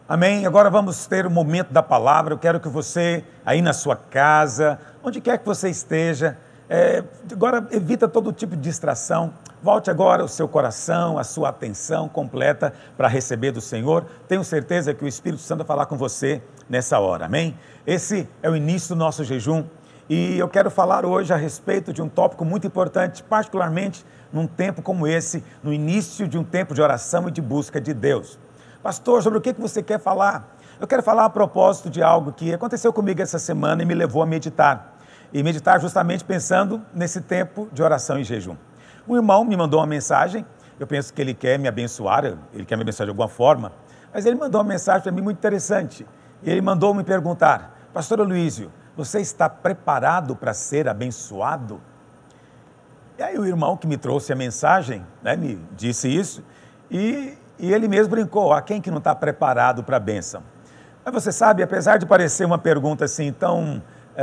Amém? Agora vamos ter o momento da palavra. Eu quero que você, aí na sua casa, onde quer que você esteja, agora evita todo tipo de distração. Volte agora o seu coração, a sua atenção completa para receber do Senhor. Tenho certeza que o Espírito Santo vai falar com você nessa hora. Amém? Esse é o início do nosso jejum. E eu quero falar hoje a respeito de um tópico muito importante, particularmente num tempo como esse, no início de um tempo de oração e de busca de Deus. Pastor, sobre o que você quer falar? Eu quero falar a propósito de algo que aconteceu comigo essa semana e me levou a meditar. E meditar justamente pensando nesse tempo de oração e jejum. Um irmão me mandou uma mensagem, eu penso que ele quer me abençoar, ele quer me abençoar de alguma forma, mas ele mandou uma mensagem para mim muito interessante. Ele mandou me perguntar: Pastor Aloísio, você está preparado para ser abençoado? E aí o irmão que me trouxe a mensagem, me disse isso, e ele mesmo brincou: quem que não está preparado para a bênção? Mas você sabe, apesar de parecer uma pergunta assim tão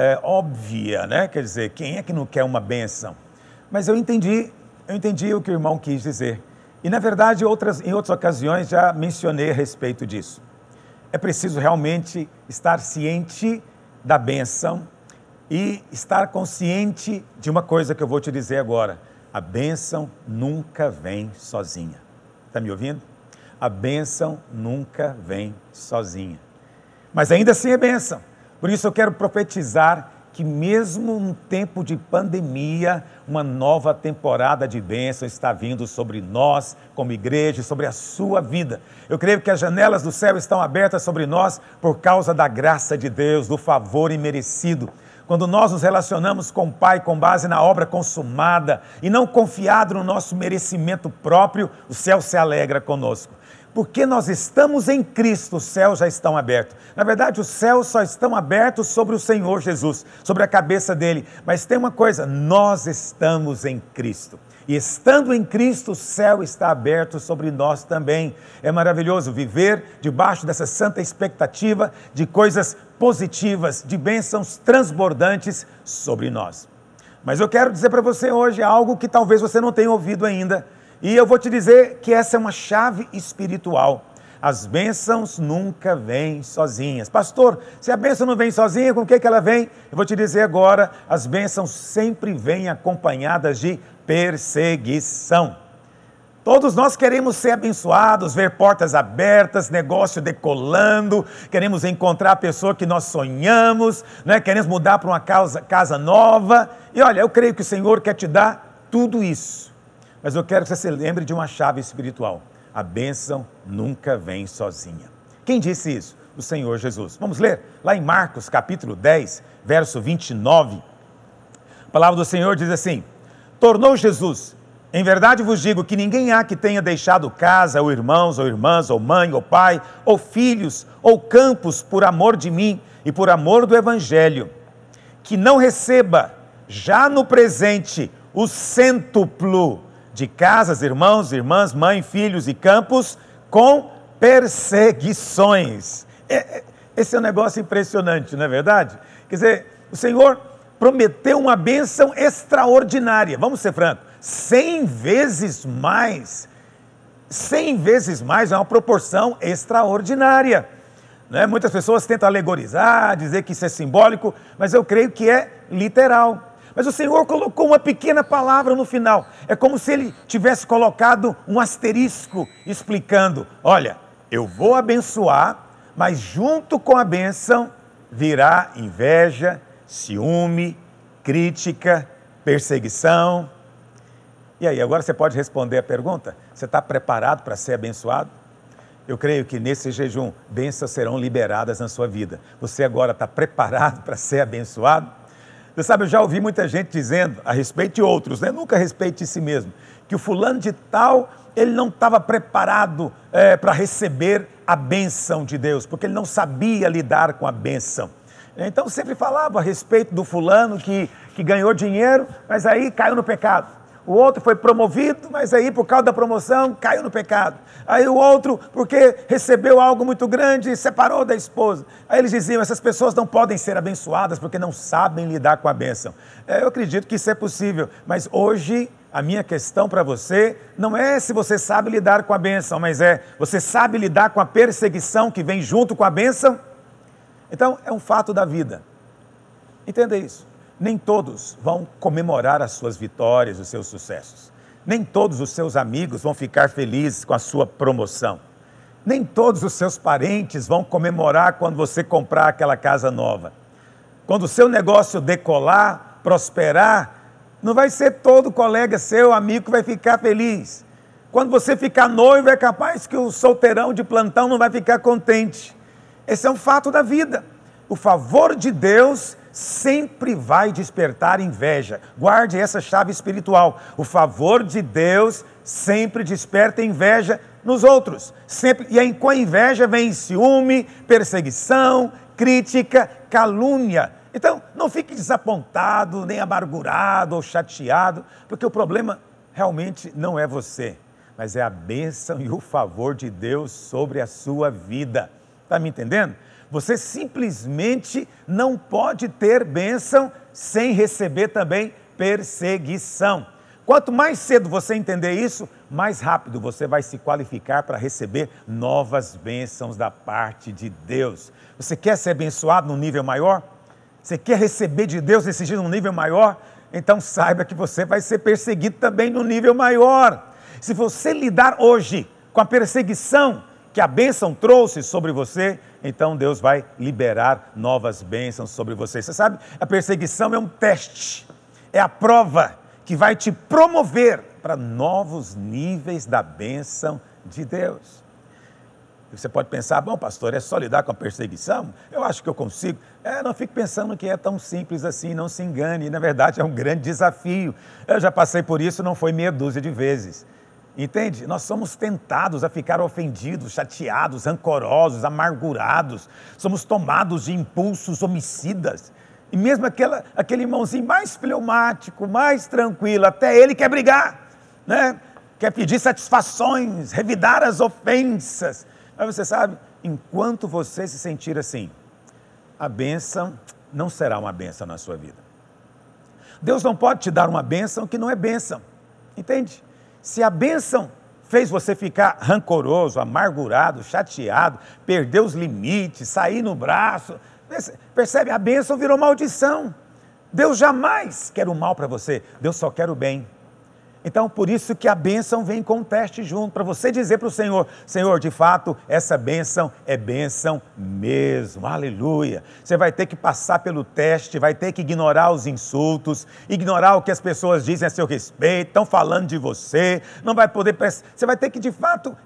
óbvia, quer dizer, quem é que não quer uma bênção? Mas eu entendi o que o irmão quis dizer. E na verdade, em outras ocasiões já mencionei a respeito disso. É preciso realmente estar ciente da bênção e estar consciente de uma coisa que eu vou te dizer agora: a bênção nunca vem sozinha. Está me ouvindo? A bênção nunca vem sozinha. Mas ainda assim é bênção. Por isso eu quero profetizar que mesmo num tempo de pandemia, uma nova temporada de bênção está vindo sobre nós, como igreja, sobre a sua vida. Eu creio que as janelas do céu estão abertas sobre nós por causa da graça de Deus, do favor imerecido. Quando nós nos relacionamos com o Pai com base na obra consumada e não confiado no nosso merecimento próprio, o céu se alegra conosco. Porque nós estamos em Cristo, os céus já estão abertos. Na verdade, os céus só estão abertos sobre o Senhor Jesus, sobre a cabeça dele. Mas tem uma coisa: nós estamos em Cristo. E estando em Cristo, o céu está aberto sobre nós também. É maravilhoso viver debaixo dessa santa expectativa de coisas positivas, de bênçãos transbordantes sobre nós. Mas eu quero dizer para você hoje algo que talvez você não tenha ouvido ainda. E eu vou te dizer que essa é uma chave espiritual. As bênçãos nunca vêm sozinhas. Pastor, se a bênção não vem sozinha, com o que ela vem? Eu vou te dizer agora: as bênçãos sempre vêm acompanhadas de perseguição. Todos nós queremos ser abençoados, ver portas abertas, negócio decolando, queremos encontrar a pessoa que nós sonhamos, queremos mudar para uma casa nova. E olha, eu creio que o Senhor quer te dar tudo isso. Mas eu quero que você se lembre de uma chave espiritual: a bênção nunca vem sozinha. Quem disse isso? O Senhor Jesus. Vamos ler lá em Marcos capítulo 10, verso 29. A palavra do Senhor diz assim: tornou Jesus: em verdade vos digo que ninguém há que tenha deixado casa, ou irmãos, ou irmãs, ou mãe, ou pai, ou filhos, ou campos, por amor de mim e por amor do Evangelho, que não receba já no presente o cêntuplo de casas, irmãos, irmãs, mãe, filhos e campos, com perseguições. Esse é um negócio impressionante, não é verdade? Quer dizer, o Senhor prometeu uma bênção extraordinária. Vamos ser francos, 100 vezes mais. 100 vezes mais é uma proporção extraordinária. Muitas pessoas tentam alegorizar, dizer que isso é simbólico, mas eu creio que é literal. Mas o Senhor colocou uma pequena palavra no final. É como se Ele tivesse colocado um asterisco explicando: olha, eu vou abençoar, mas junto com a bênção virá inveja, ciúme, crítica, perseguição. E aí, agora você pode responder a pergunta: você está preparado para ser abençoado? Eu creio que nesse jejum, bênçãos serão liberadas na sua vida. Você agora está preparado para ser abençoado? Você sabe, eu já ouvi muita gente dizendo, a respeito de outros, nunca a respeito de si mesmo, que o fulano de tal, ele não estava preparado para receber a bênção de Deus, porque ele não sabia lidar com a bênção. Então sempre falava a respeito do fulano que ganhou dinheiro, mas aí caiu no pecado. O outro foi promovido, mas aí por causa da promoção caiu no pecado. Aí o outro, porque recebeu algo muito grande, separou da esposa. Aí eles diziam: essas pessoas não podem ser abençoadas porque não sabem lidar com a bênção. Eu acredito que isso é possível, mas hoje A minha questão para você não é se você sabe lidar com a bênção, mas você sabe lidar com a perseguição que vem junto com a bênção? Então, é um fato da vida. Entenda isso. Nem todos vão comemorar as suas vitórias, os seus sucessos. Nem todos os seus amigos vão ficar felizes com a sua promoção. Nem todos os seus parentes vão comemorar quando você comprar aquela casa nova. Quando o seu negócio decolar, prosperar, não vai ser todo colega seu, amigo, que vai ficar feliz. Quando você ficar noivo, é capaz que o solteirão de plantão não vai ficar contente. Esse é um fato da vida. O favor de Deus sempre vai despertar inveja. Guarde essa chave espiritual. O favor de Deus sempre desperta inveja nos outros. Sempre. E aí, com a inveja vem ciúme, perseguição, crítica, calúnia. Então, não fique desapontado, nem amargurado ou chateado, porque o problema realmente não é você, mas é a bênção e o favor de Deus sobre a sua vida. Está me entendendo? Você simplesmente não pode ter bênção sem receber também perseguição. Quanto mais cedo você entender isso, mais rápido você vai se qualificar para receber novas bênçãos da parte de Deus. Você quer ser abençoado num nível maior? Você quer receber de Deus esse dia num nível maior? Então saiba que você vai ser perseguido também num nível maior. Se você lidar hoje com a perseguição que a bênção trouxe sobre você, então Deus vai liberar novas bênçãos sobre você. Você sabe, a perseguição é um teste, é a prova que vai te promover para novos níveis da bênção de Deus. Você pode pensar, bom pastor, é só lidar com a perseguição? Eu acho que eu consigo. Não fique pensando que é tão simples assim, não se engane. Na verdade é um grande desafio. Eu já passei por isso, não foi meia dúzia de vezes. Entende? Nós somos tentados a ficar ofendidos, chateados, rancorosos, amargurados. Somos tomados de impulsos homicidas. E mesmo aquele irmãozinho mais fleumático, mais tranquilo, até ele quer brigar, né? Quer pedir satisfações, revidar as ofensas. Mas você sabe, enquanto você se sentir assim, a bênção não será uma bênção na sua vida. Deus não pode te dar uma bênção que não é bênção, entende? Se a bênção fez você ficar rancoroso, amargurado, chateado, perder os limites, sair no braço, percebe? A bênção virou maldição. Deus jamais quer o mal para você, Deus só quer o bem. Então, por isso que a bênção vem com um teste junto, para você dizer para o Senhor, Senhor, de fato, essa bênção é bênção mesmo, aleluia. Você vai ter que passar pelo teste, vai ter que ignorar os insultos, ignorar o que as pessoas dizem a seu respeito, estão falando de você, não vai poder, você vai ter que, de fato,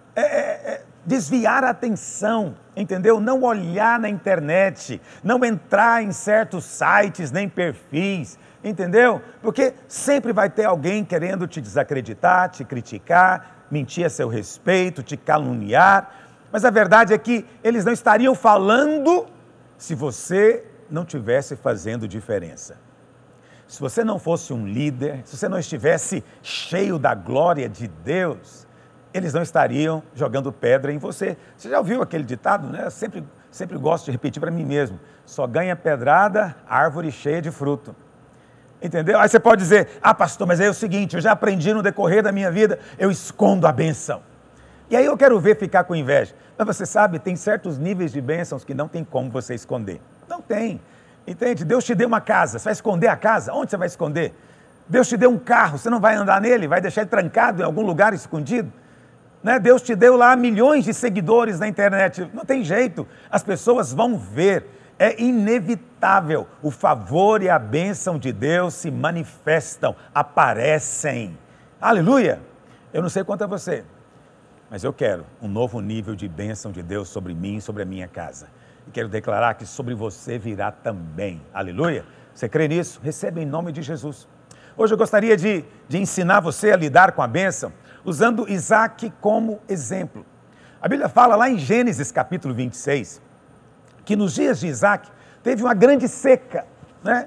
desviar a atenção, entendeu? Não olhar na internet, não entrar em certos sites nem perfis, entendeu? Porque sempre vai ter alguém querendo te desacreditar, te criticar, mentir a seu respeito, te caluniar. Mas a verdade é que eles não estariam falando se você não estivesse fazendo diferença. Se você não fosse um líder, se você não estivesse cheio da glória de Deus, eles não estariam jogando pedra em você. Você já ouviu aquele ditado, né? Eu sempre gosto de repetir para mim mesmo. Só ganha pedrada árvore cheia de fruto. Entendeu? Aí você pode dizer, pastor, mas é o seguinte, eu já aprendi no decorrer da minha vida, eu escondo a bênção. E aí eu quero ver ficar com inveja. Mas você sabe, tem certos níveis de bênçãos que não tem como você esconder. Não tem. Entende? Deus te deu uma casa, você vai esconder a casa? Onde você vai esconder? Deus te deu um carro, você não vai andar nele, vai deixar ele trancado em algum lugar escondido? Né? Deus te deu lá milhões de seguidores na internet, não tem jeito, as pessoas vão ver. É inevitável, o favor e a bênção de Deus se manifestam, aparecem. Aleluia! Eu não sei quanto a você, mas eu quero um novo nível de bênção de Deus sobre mim e sobre a minha casa. E quero declarar que sobre você virá também. Aleluia! Você crê nisso? Receba em nome de Jesus. Hoje eu gostaria de ensinar você a lidar com a bênção, usando Isaac como exemplo. A Bíblia fala lá em Gênesis capítulo 26, que nos dias de Isaac teve uma grande seca, né?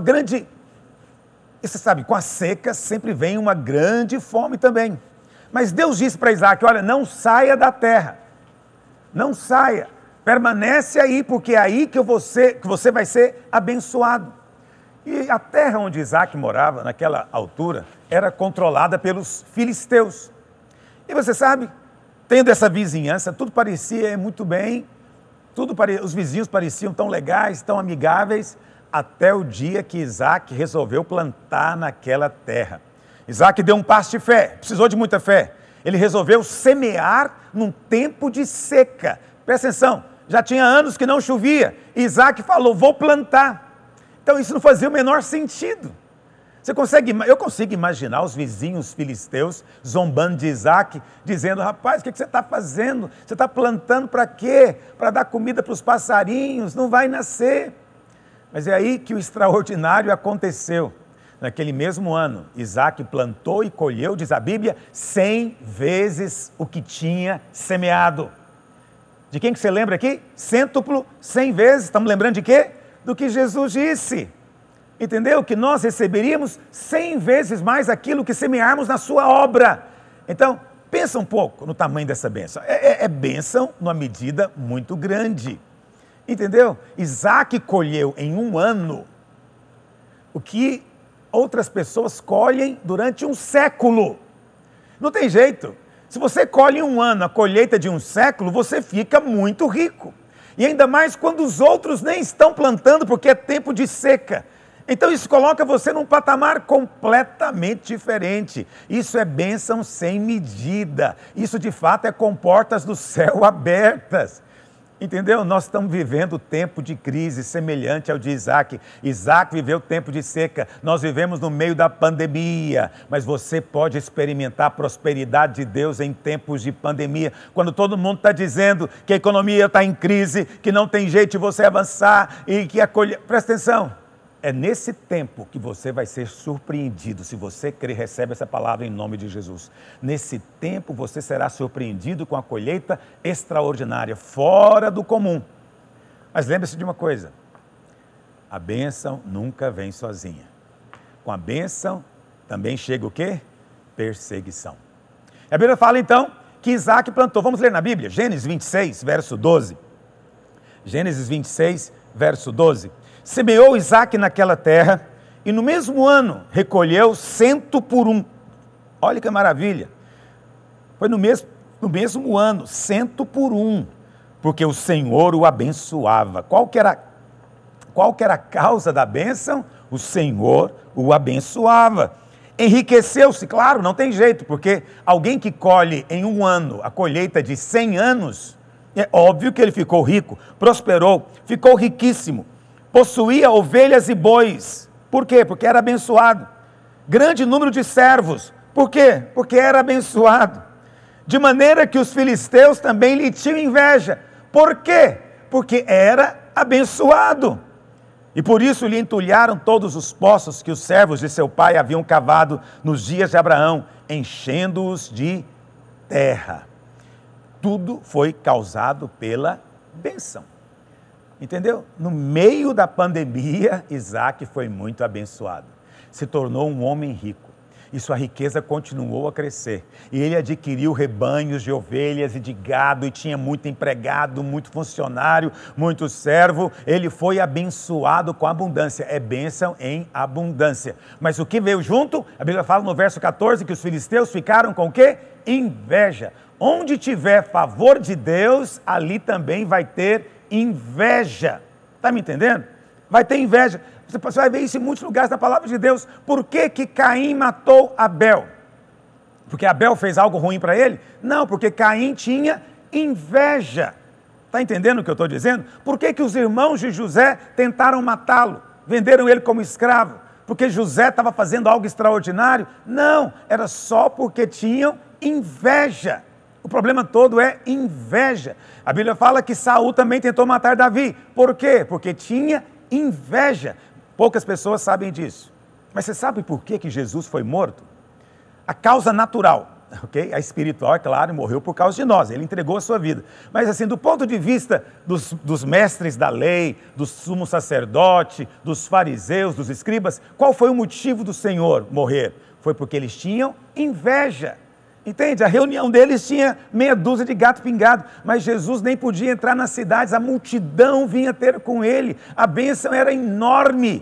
E você sabe, com a seca sempre vem uma grande fome também. Mas Deus disse para Isaac, olha, não saia da terra, não saia, permanece aí, porque é aí que você vai ser abençoado. E a terra onde Isaac morava, naquela altura, era controlada pelos filisteus. E você sabe, tendo essa vizinhança, tudo parecia muito bem, os vizinhos pareciam tão legais, tão amigáveis, até o dia que Isaac resolveu plantar naquela terra. Isaac deu um passo de fé, precisou de muita fé. Ele resolveu semear num tempo de seca. Presta atenção, já tinha anos que não chovia. Isaac falou, vou plantar. Então isso não fazia o menor sentido. Eu consigo imaginar os vizinhos filisteus zombando de Isaac, dizendo, rapaz, o que você está fazendo? Você está plantando para quê? Para dar comida para os passarinhos, não vai nascer. Mas é aí que o extraordinário aconteceu. Naquele mesmo ano, Isaac plantou e colheu, diz a Bíblia, 100 vezes o que tinha semeado. De quem que você lembra aqui? Cêntuplo, 100 vezes. Estamos lembrando de quê? Do que Jesus disse. Entendeu? Que nós receberíamos 100 vezes mais aquilo que semearmos na sua obra. Então, pensa um pouco no tamanho dessa bênção. É bênção numa medida muito grande. Entendeu? Isaac colheu em um ano o que outras pessoas colhem durante um século. Não tem jeito. Se você colhe em um ano a colheita de um século, você fica muito rico. E ainda mais quando os outros nem estão plantando, porque é tempo de seca. Então isso coloca você num patamar completamente diferente. Isso é bênção sem medida. Isso de fato é com portas do céu abertas. Entendeu? Nós estamos vivendo tempo de crise semelhante ao de Isaac. Isaac viveu tempo de seca. Nós vivemos no meio da pandemia. Mas você pode experimentar a prosperidade de Deus em tempos de pandemia. Quando todo mundo está dizendo que a economia está em crise, que não tem jeito de você avançar e que a colheita... Presta atenção. É nesse tempo que você vai ser surpreendido. Se você crer, recebe essa palavra em nome de Jesus. Nesse tempo você será surpreendido com a colheita extraordinária, fora do comum. Mas lembre-se de uma coisa, a bênção nunca vem sozinha. Com a bênção também chega o quê? Perseguição. A Bíblia fala então que Isaac plantou. Vamos ler na Bíblia, Gênesis 26, verso 12. Gênesis 26, verso 12. Semeou Isaac naquela terra, e no mesmo ano recolheu 100 por 1. Olha que maravilha. Foi no mesmo ano, 100 por 1, porque o Senhor o abençoava. Qual que era a causa da bênção? O Senhor o abençoava. Enriqueceu-se, claro, não tem jeito, porque alguém que colhe em um ano a colheita de 100 anos, é óbvio que ele ficou rico, prosperou, ficou riquíssimo. Possuía ovelhas e bois. Por quê? Porque era abençoado. Grande número de servos. Por quê? Porque era abençoado. De maneira que os filisteus também lhe tinham inveja. Por quê? Porque era abençoado. E por isso lhe entulharam todos os poços que os servos de seu pai haviam cavado nos dias de Abraão, enchendo-os de terra. Tudo foi causado pela bênção. Entendeu? No meio da pandemia, Isaac foi muito abençoado. Se tornou um homem rico. E sua riqueza continuou a crescer. E ele adquiriu rebanhos de ovelhas e de gado, e tinha muito empregado, muito funcionário, muito servo. Ele foi abençoado com abundância. É bênção em abundância. Mas o que veio junto? A Bíblia fala no verso 14 que os filisteus ficaram com o quê? Inveja. Onde tiver favor de Deus, ali também vai ter inveja. Está me entendendo? Vai ter inveja. Você vai ver isso em muitos lugares da palavra de Deus. Por que que Caim matou Abel? Porque Abel fez algo ruim para ele? Não, porque Caim tinha inveja. Está entendendo o que eu estou dizendo? Por que que os irmãos de José tentaram matá-lo? Venderam ele como escravo? Porque José estava fazendo algo extraordinário? Não, era só porque tinham inveja. O problema todo é inveja. A Bíblia fala que Saul também tentou matar Davi. Por quê? Porque tinha inveja. Poucas pessoas sabem disso. Mas você sabe por que que Jesus foi morto? A causa natural, ok? A espiritual, é claro, morreu por causa de nós. Ele entregou a sua vida. Mas assim, do ponto de vista dos mestres da lei, do sumo sacerdote, dos fariseus, dos escribas, qual foi o motivo do Senhor morrer? Foi porque eles tinham inveja. Entende? A reunião deles tinha meia dúzia de gato pingado, mas Jesus nem podia entrar nas cidades, a multidão vinha ter com ele, a bênção era enorme.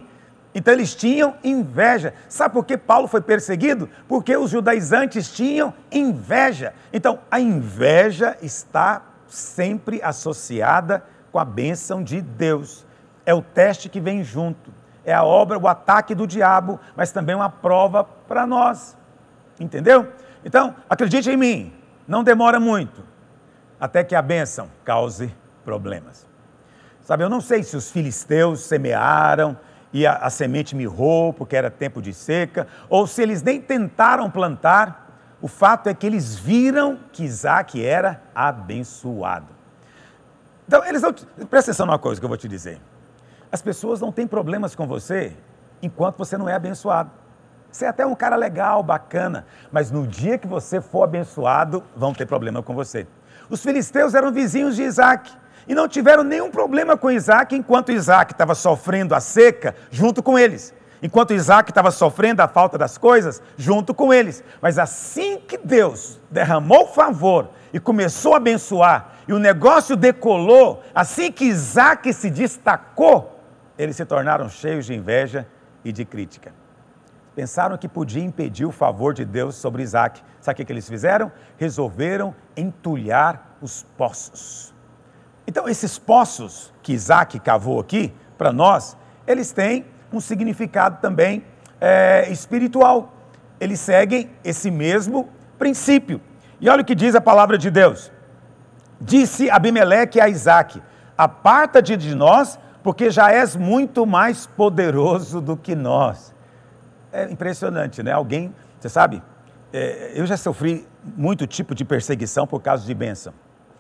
Então eles tinham inveja. Sabe por que Paulo foi perseguido? Porque os judaizantes tinham inveja. Então a inveja está sempre associada com a bênção de Deus. É o teste que vem junto. É a obra, o ataque do diabo, mas também uma prova para nós. Entendeu? Então, acredite em mim, não demora muito, até que a bênção cause problemas. Sabe, eu não sei se os filisteus semearam e a semente mirrou porque era tempo de seca, ou se eles nem tentaram plantar. O fato é que eles viram que Isaac era abençoado. Então, eles não... Presta atenção numa coisa que eu vou te dizer. As pessoas não têm problemas com você enquanto você não é abençoado. Você é até um cara legal, bacana, mas no dia que você for abençoado, vão ter problema com você. Os filisteus eram vizinhos de Isaac e não tiveram nenhum problema com Isaac enquanto Isaac estava sofrendo a seca junto com eles. Enquanto Isaac estava sofrendo a falta das coisas junto com eles. Mas assim que Deus derramou favor e começou a abençoar e o negócio decolou, assim que Isaac se destacou, eles se tornaram cheios de inveja e de crítica. Pensaram que podia impedir o favor de Deus sobre Isaac. Sabe o que eles fizeram? Resolveram entulhar os poços. Então, esses poços que Isaac cavou aqui, para nós, eles têm um significado também espiritual. Eles seguem esse mesmo princípio. E olha o que diz a palavra de Deus. Disse Abimeleque a Isaac: aparta-te de nós, porque já és muito mais poderoso do que nós. É impressionante, né? Alguém, você sabe, eu já sofri muito tipo de perseguição por causa de bênção.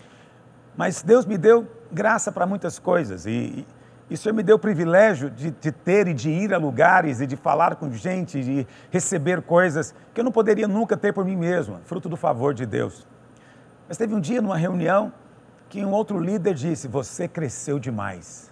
Mas Deus me deu graça para muitas coisas e o Senhor me deu o privilégio de ter e de ir a lugares e de falar com gente, de receber coisas que eu não poderia nunca ter por mim mesmo, fruto do favor de Deus. Mas teve um dia numa reunião que um outro líder disse: você cresceu demais.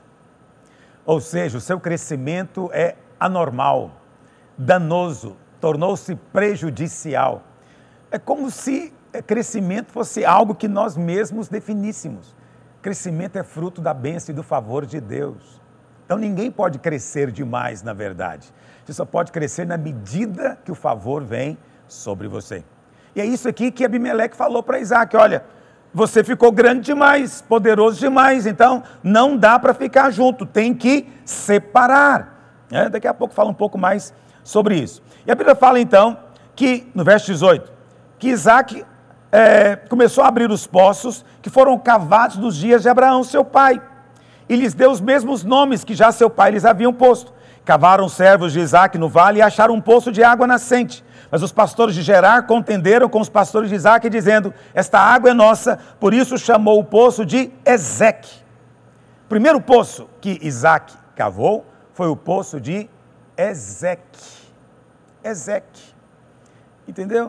Ou seja, o seu crescimento é anormal, danoso, tornou-se prejudicial. É como se crescimento fosse algo que nós mesmos definíssemos. Crescimento é fruto da bênção e do favor de Deus. Então ninguém pode crescer demais, na verdade. Você só pode crescer na medida que o favor vem sobre você. E é isso aqui que Abimeleque falou para Isaac: olha, você ficou grande demais, poderoso demais, então não dá para ficar junto, tem que separar. Daqui a pouco fala um pouco mais sobre isso. E a Bíblia fala então que, no verso 18, que Isaac começou a abrir os poços que foram cavados nos dias de Abraão, seu pai, e lhes deu os mesmos nomes que já seu pai lhes haviam posto. Cavaram os servos de Isaac no vale e acharam um poço de água nascente. Mas os pastores de Gerar contenderam com os pastores de Isaac, dizendo: esta água é nossa, por isso chamou o poço de Ezeque. O primeiro poço que Isaac cavou foi o poço de Ezeque. Ezeque. Entendeu?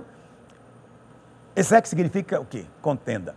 Ezeque significa o quê? Contenda.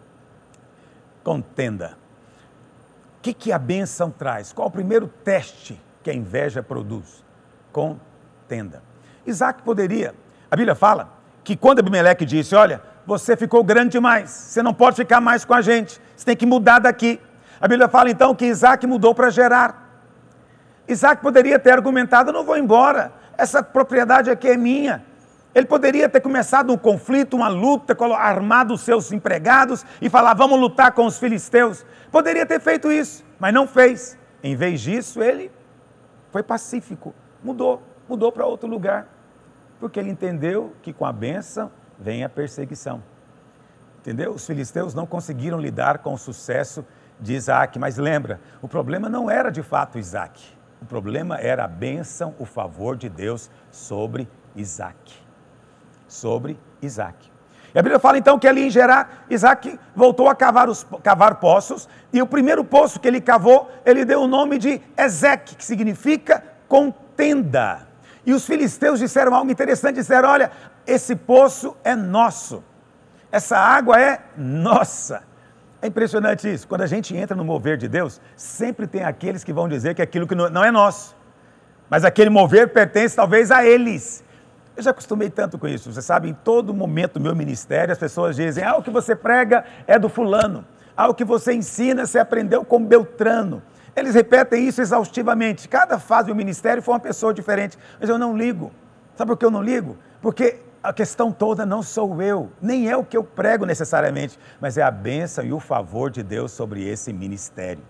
Contenda. O que a bênção traz? Qual o primeiro teste que a inveja produz? Contenda. Isaac poderia, a Bíblia fala que quando Abimeleque disse: olha, você ficou grande demais, você não pode ficar mais com a gente, você tem que mudar daqui. A Bíblia fala então que Isaac mudou para Gerar. Isaac poderia ter argumentado: eu não vou embora, essa propriedade aqui é minha. Ele poderia ter começado um conflito, uma luta, armado os seus empregados e falar: vamos lutar com os filisteus. Poderia ter feito isso, mas não fez. Em vez disso, ele foi pacífico, mudou para outro lugar, porque ele entendeu que com a bênção vem a perseguição. Entendeu? Os filisteus não conseguiram lidar com o sucesso de Isaac, mas lembra, o problema não era de fato Isaac, o problema era a bênção, o favor de Deus sobre Isaac. Sobre Isaac. E a Bíblia fala então que ali em Gerar, Isaac voltou a cavar poços, e o primeiro poço que ele cavou, ele deu o nome de Ezeque, que significa contenda. E os filisteus disseram algo interessante, disseram: olha, esse poço é nosso, essa água é nossa. É impressionante isso, quando a gente entra no mover de Deus, sempre tem aqueles que vão dizer que aquilo que não é nosso, mas aquele mover pertence talvez a eles. Eu já acostumei tanto com isso, você sabe, em todo momento do meu ministério, as pessoas dizem: o que você prega é do fulano, o que você ensina, você aprendeu com Beltrano. Eles repetem isso exaustivamente. Cada fase do ministério foi uma pessoa diferente. Mas eu não ligo. Sabe por que eu não ligo? Porque a questão toda não sou eu, nem é o que eu prego necessariamente, mas é a bênção e o favor de Deus sobre esse ministério.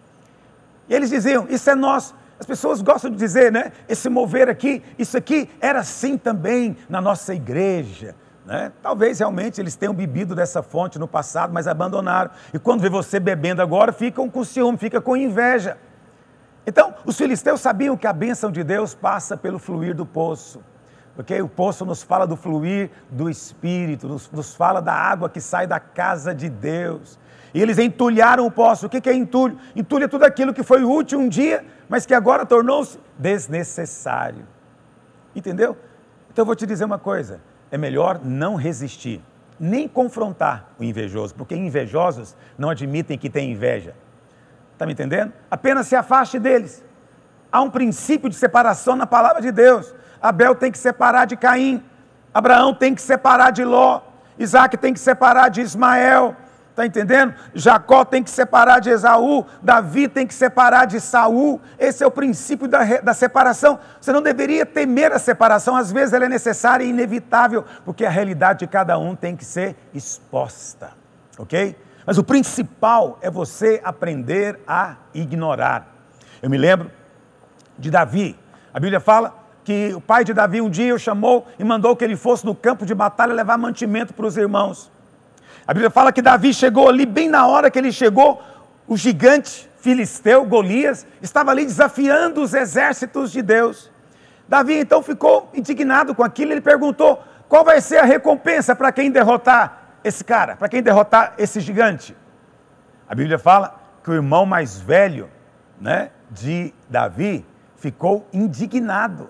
E eles diziam, isso é nosso. As pessoas gostam de dizer, né? Esse mover aqui, isso aqui era assim também na nossa igreja. Né? Talvez realmente eles tenham bebido dessa fonte no passado, mas abandonaram. E quando vê você bebendo agora, ficam com ciúme, ficam com inveja. Então, os filisteus sabiam que a bênção de Deus passa pelo fluir do poço. Porque o poço nos fala do fluir do Espírito, nos fala da água que sai da casa de Deus. E eles entulharam o poço. O que é entulho? Entulho é tudo aquilo que foi útil um dia, mas que agora tornou-se desnecessário. Entendeu? Então eu vou te dizer uma coisa. É melhor não resistir, nem confrontar o invejoso, porque invejosos não admitem que têm inveja. Está me entendendo? Apenas se afaste deles. Há um princípio de separação na palavra de Deus. Abel tem que separar de Caim, Abraão tem que separar de Ló, Isaac tem que separar de Ismael, está entendendo? Jacó tem que separar de Esaú, Davi tem que separar de Saul. Esse é o princípio da separação. Você não deveria temer a separação, às vezes ela é necessária e inevitável, porque a realidade de cada um tem que ser exposta, ok? Mas o principal é você aprender a ignorar. Eu me lembro de Davi, a Bíblia fala que o pai de Davi um dia o chamou e mandou que ele fosse no campo de batalha levar mantimento para os irmãos. A Bíblia fala que Davi chegou ali, bem na hora que ele chegou, o gigante filisteu, Golias, estava ali desafiando os exércitos de Deus. Davi então ficou indignado com aquilo, ele perguntou, qual vai ser a recompensa para quem derrotar esse cara, para quem derrotar esse gigante? A Bíblia fala que o irmão mais velho, né, de Davi ficou indignado.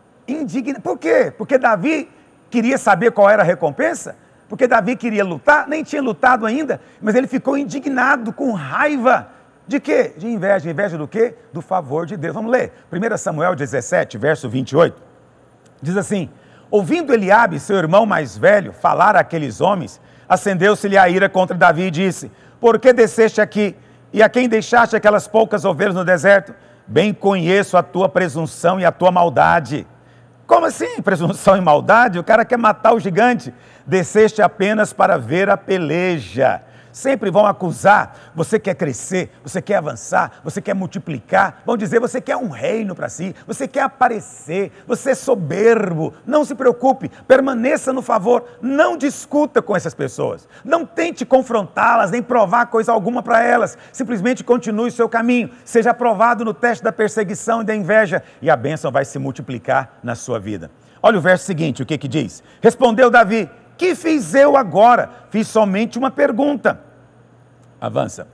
Por quê? Porque Davi queria saber qual era a recompensa? Porque Davi queria lutar? Nem tinha lutado ainda, mas ele ficou indignado, com raiva. De quê? De inveja. Inveja do quê? Do favor de Deus. Vamos ler. 1 Samuel 17, verso 28. Diz assim, ouvindo Eliabe, seu irmão mais velho, falar àqueles homens, acendeu-se-lhe a ira contra Davi e disse, por que desceste aqui? E a quem deixaste aquelas poucas ovelhas no deserto? Bem conheço a tua presunção e a tua maldade. Como assim, presunção e maldade? O cara quer matar o gigante. Desceste apenas para ver a peleja. Sempre vão acusar, você quer crescer, você quer avançar, você quer multiplicar. Vão dizer, você quer um reino para si, você quer aparecer, você é soberbo. Não se preocupe, permaneça no favor. Não discuta com essas pessoas. Não tente confrontá-las, nem provar coisa alguma para elas. Simplesmente continue o seu caminho. Seja aprovado no teste da perseguição e da inveja. E a bênção vai se multiplicar na sua vida. Olha o verso seguinte, o que diz? Respondeu Davi, que fiz eu agora? Fiz somente uma pergunta. Avança.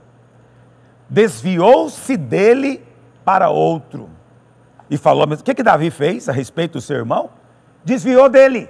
Desviou-se dele para outro. E falou, mas o que Davi fez a respeito do seu irmão? Desviou dele.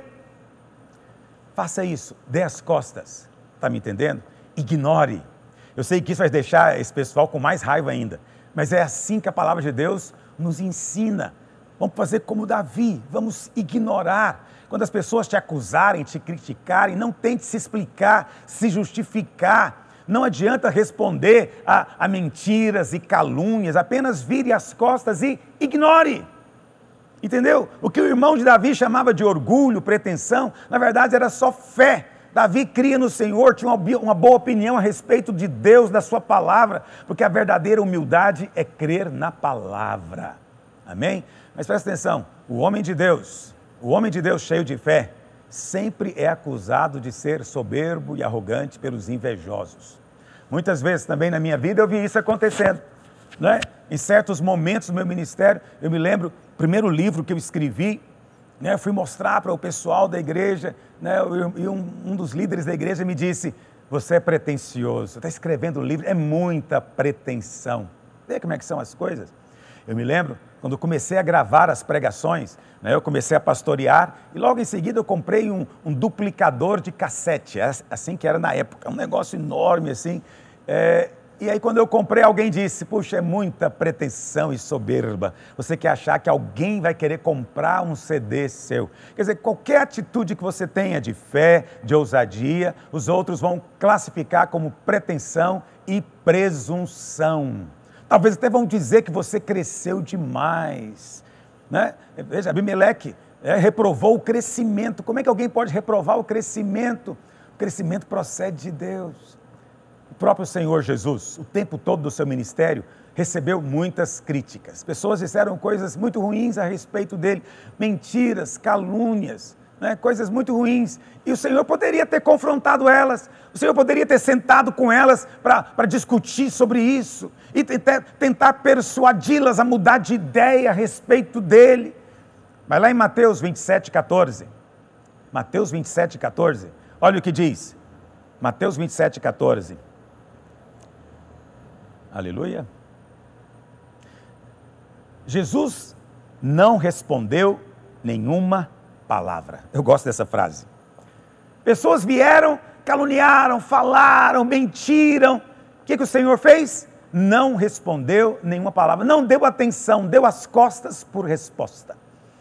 Faça isso, dê as costas. Está me entendendo? Ignore. Eu sei que isso vai deixar esse pessoal com mais raiva ainda. Mas é assim que a palavra de Deus nos ensina. Vamos fazer como Davi, vamos ignorar. Quando as pessoas te acusarem, te criticarem, não tente se explicar, se justificar. Não adianta responder a mentiras e calúnias, apenas vire as costas e ignore. Entendeu? O que o irmão de Davi chamava de orgulho, pretensão, na verdade era só fé. Davi cria no Senhor, tinha uma boa opinião a respeito de Deus, da sua palavra, porque a verdadeira humildade é crer na palavra. Amém? Mas presta atenção, o homem de Deus cheio de fé, sempre é acusado de ser soberbo e arrogante pelos invejosos. Muitas vezes também na minha vida eu vi isso acontecendo, né? Em certos momentos do meu ministério, eu me lembro, o primeiro livro que eu escrevi, né, eu fui mostrar para o pessoal da igreja, né, e um dos líderes da igreja me disse, você é pretensioso, está escrevendo um livro, é muita pretensão. Vê como é que são as coisas? Eu me lembro, quando eu comecei a gravar as pregações, né, eu comecei a pastorear e logo em seguida eu comprei um duplicador de cassete, assim que era na época, um negócio enorme assim. E aí quando eu comprei, alguém disse, puxa, é muita pretensão e soberba, você quer achar que alguém vai querer comprar um CD seu. Quer dizer, qualquer atitude que você tenha de fé, de ousadia, os outros vão classificar como pretensão e presunção. Talvez até vão dizer que você cresceu demais, né? Veja, Abimeleque reprovou o crescimento. Como é que alguém pode reprovar o crescimento? O crescimento procede de Deus. O próprio Senhor Jesus, o tempo todo do seu ministério, recebeu muitas críticas. Pessoas disseram coisas muito ruins a respeito dele, mentiras, calúnias, né? Coisas muito ruins. E o Senhor poderia ter confrontado elas, o Senhor poderia ter sentado com elas para discutir sobre isso e tentar persuadi-las a mudar de ideia a respeito dele. Mas lá em Mateus 27,14, Mateus 27,14, olha o que diz, Mateus 27,14, aleluia. Jesus não respondeu nenhuma palavra. Eu gosto dessa frase. Pessoas vieram, caluniaram, falaram, mentiram. O que o Senhor fez? Não respondeu nenhuma palavra, não deu atenção, deu as costas por resposta.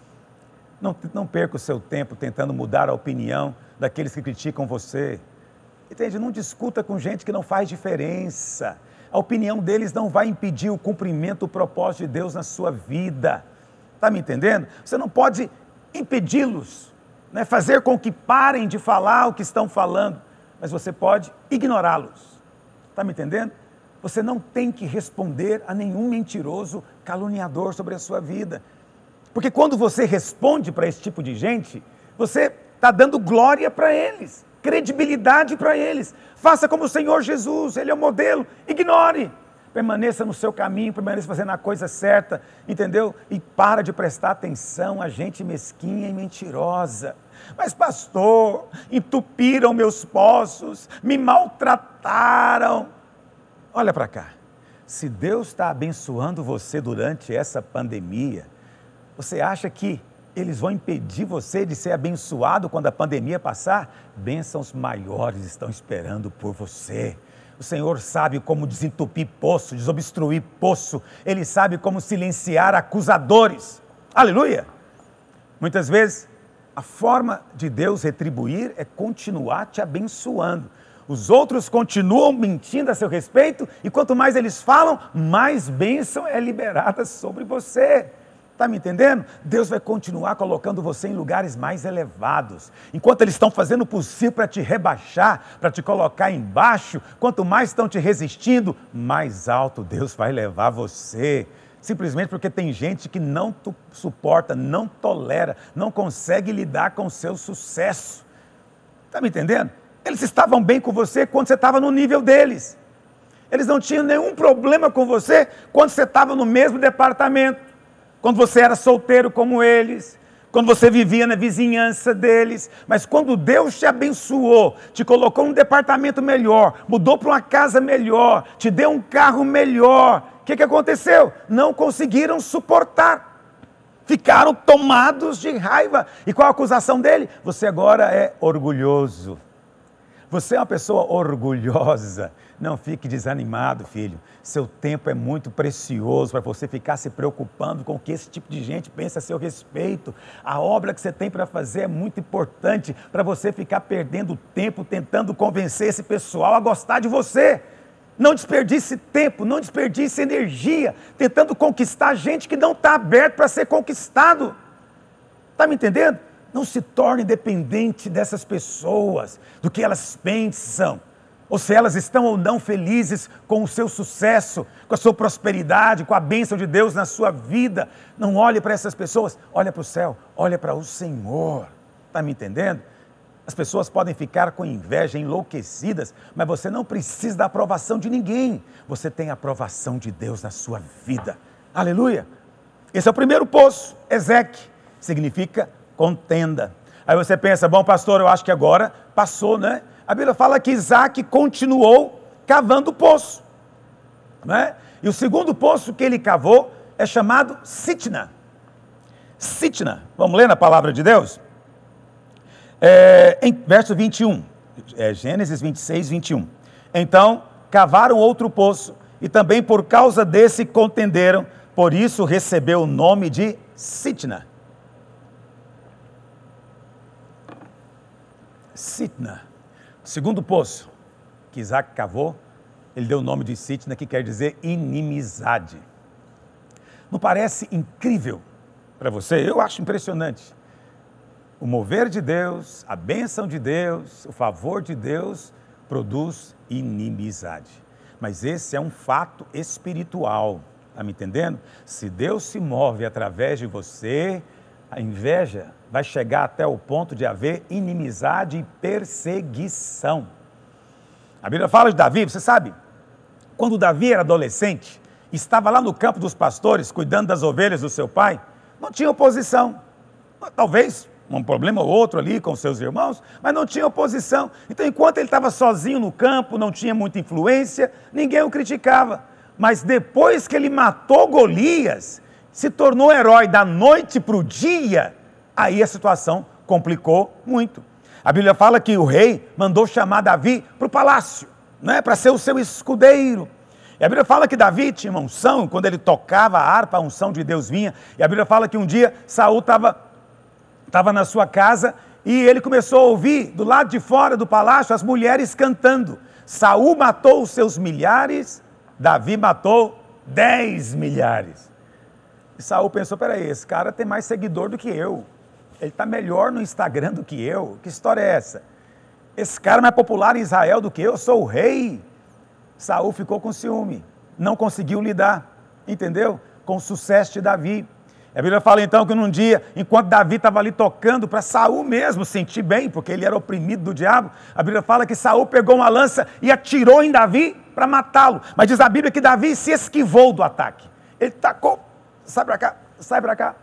Não perca o seu tempo tentando mudar a opinião daqueles que criticam você. Entende? Não discuta com gente que não faz diferença. A opinião deles não vai impedir o cumprimento do propósito de Deus na sua vida. Está me entendendo? Você não pode impedi-los, né? Fazer com que parem de falar o que estão falando, mas você pode ignorá-los. Está me entendendo? Você não tem que responder a nenhum mentiroso caluniador sobre a sua vida. Porque quando você responde para esse tipo de gente, você está dando glória para eles, credibilidade para eles. Faça como o Senhor Jesus, Ele é o modelo. Ignore, permaneça no seu caminho, permaneça fazendo a coisa certa, entendeu? E para de prestar atenção a gente mesquinha e mentirosa. Mas pastor, entupiram meus poços, me maltrataram. Olha para cá, se Deus está abençoando você durante essa pandemia, você acha que eles vão impedir você de ser abençoado quando a pandemia passar? Bênçãos maiores estão esperando por você. O Senhor sabe como desentupir poço, desobstruir poço. Ele sabe como silenciar acusadores. Aleluia! Muitas vezes, a forma de Deus retribuir é continuar te abençoando. Os outros continuam mentindo a seu respeito e quanto mais eles falam, mais bênção é liberada sobre você. Está me entendendo? Deus vai continuar colocando você em lugares mais elevados. Enquanto eles estão fazendo o possível para te rebaixar, para te colocar embaixo, quanto mais estão te resistindo, mais alto Deus vai levar você. Simplesmente porque tem gente que não suporta, não tolera, não consegue lidar com o seu sucesso. Está me entendendo? Eles estavam bem com você quando você estava no nível deles. Eles não tinham nenhum problema com você quando você estava no mesmo departamento. Quando você era solteiro como eles, quando você vivia na vizinhança deles, mas quando Deus te abençoou, te colocou num departamento melhor, mudou para uma casa melhor, te deu um carro melhor, o que aconteceu? Não conseguiram suportar, ficaram tomados de raiva. E qual a acusação dele? Você agora é orgulhoso, você é uma pessoa orgulhosa. Não fique desanimado, filho. Seu tempo é muito precioso para você ficar se preocupando com o que esse tipo de gente pensa a seu respeito. A obra que você tem para fazer é muito importante para você ficar perdendo tempo tentando convencer esse pessoal a gostar de você. Não desperdice tempo, não desperdice energia tentando conquistar gente que não está aberto para ser conquistado. Está me entendendo? Não se torne dependente dessas pessoas, do que elas pensam. Ou se elas estão ou não felizes com o seu sucesso, com a sua prosperidade, com a bênção de Deus na sua vida. Não olhe para essas pessoas, olha para o céu, olha para o Senhor. Está me entendendo? As pessoas podem ficar com inveja, enlouquecidas, mas você não precisa da aprovação de ninguém. Você tem a aprovação de Deus na sua vida. Aleluia! Esse é o primeiro poço, Ezeque, significa contenda. Aí você pensa, bom pastor, eu acho que agora passou, né? A Bíblia fala que Isaac continuou cavando o poço, né? E o segundo poço que ele cavou é chamado Sitna. Sitna, vamos ler na palavra de Deus? Em verso 21, Gênesis 26, 21. Então, cavaram outro poço e também por causa desse contenderam, por isso recebeu o nome de Sitna. Sitna. O segundo poço que Isaac cavou Ele deu o nome de Sitna, que quer dizer inimizade. Não parece incrível para você? Eu acho impressionante. O mover de Deus, a bênção de Deus, o favor de Deus produz inimizade. Mas esse é um fato espiritual, está me entendendo? Se Deus se move através de você, a inveja vai chegar até o ponto de haver inimizade e perseguição. A Bíblia fala de Davi, você sabe, quando Davi era adolescente, estava lá no campo dos pastores, cuidando das ovelhas do seu pai, não tinha oposição. Talvez um problema ou outro ali com seus irmãos, mas não tinha oposição. Então, enquanto ele estava sozinho no campo, não tinha muita influência, ninguém o criticava. Mas depois que ele matou Golias, se tornou herói da noite para o dia, aí a situação complicou muito. A Bíblia fala que o rei mandou chamar Davi para o palácio, né, para ser o seu escudeiro. E a Bíblia fala que Davi tinha uma unção, quando ele tocava a harpa, a unção de Deus vinha. E a Bíblia fala que um dia Saul estava na sua casa e ele começou a ouvir do lado de fora do palácio as mulheres cantando. Saul matou os seus milhares, Davi matou 10 milhares. E Saul pensou, peraí, esse cara tem mais seguidor do que eu. Ele está melhor no Instagram do que eu. Que história é essa? Esse cara é mais popular em Israel do que eu, sou o rei. Saul ficou com ciúme, não conseguiu lidar, entendeu? Com o sucesso de Davi. A Bíblia fala então que num dia, enquanto Davi estava ali tocando para Saul mesmo sentir bem, porque ele era oprimido do diabo, a Bíblia fala que Saul pegou uma lança e atirou em Davi para matá-lo. Mas diz a Bíblia que Davi se esquivou do ataque. Ele tacou, sai para cá, sai para cá.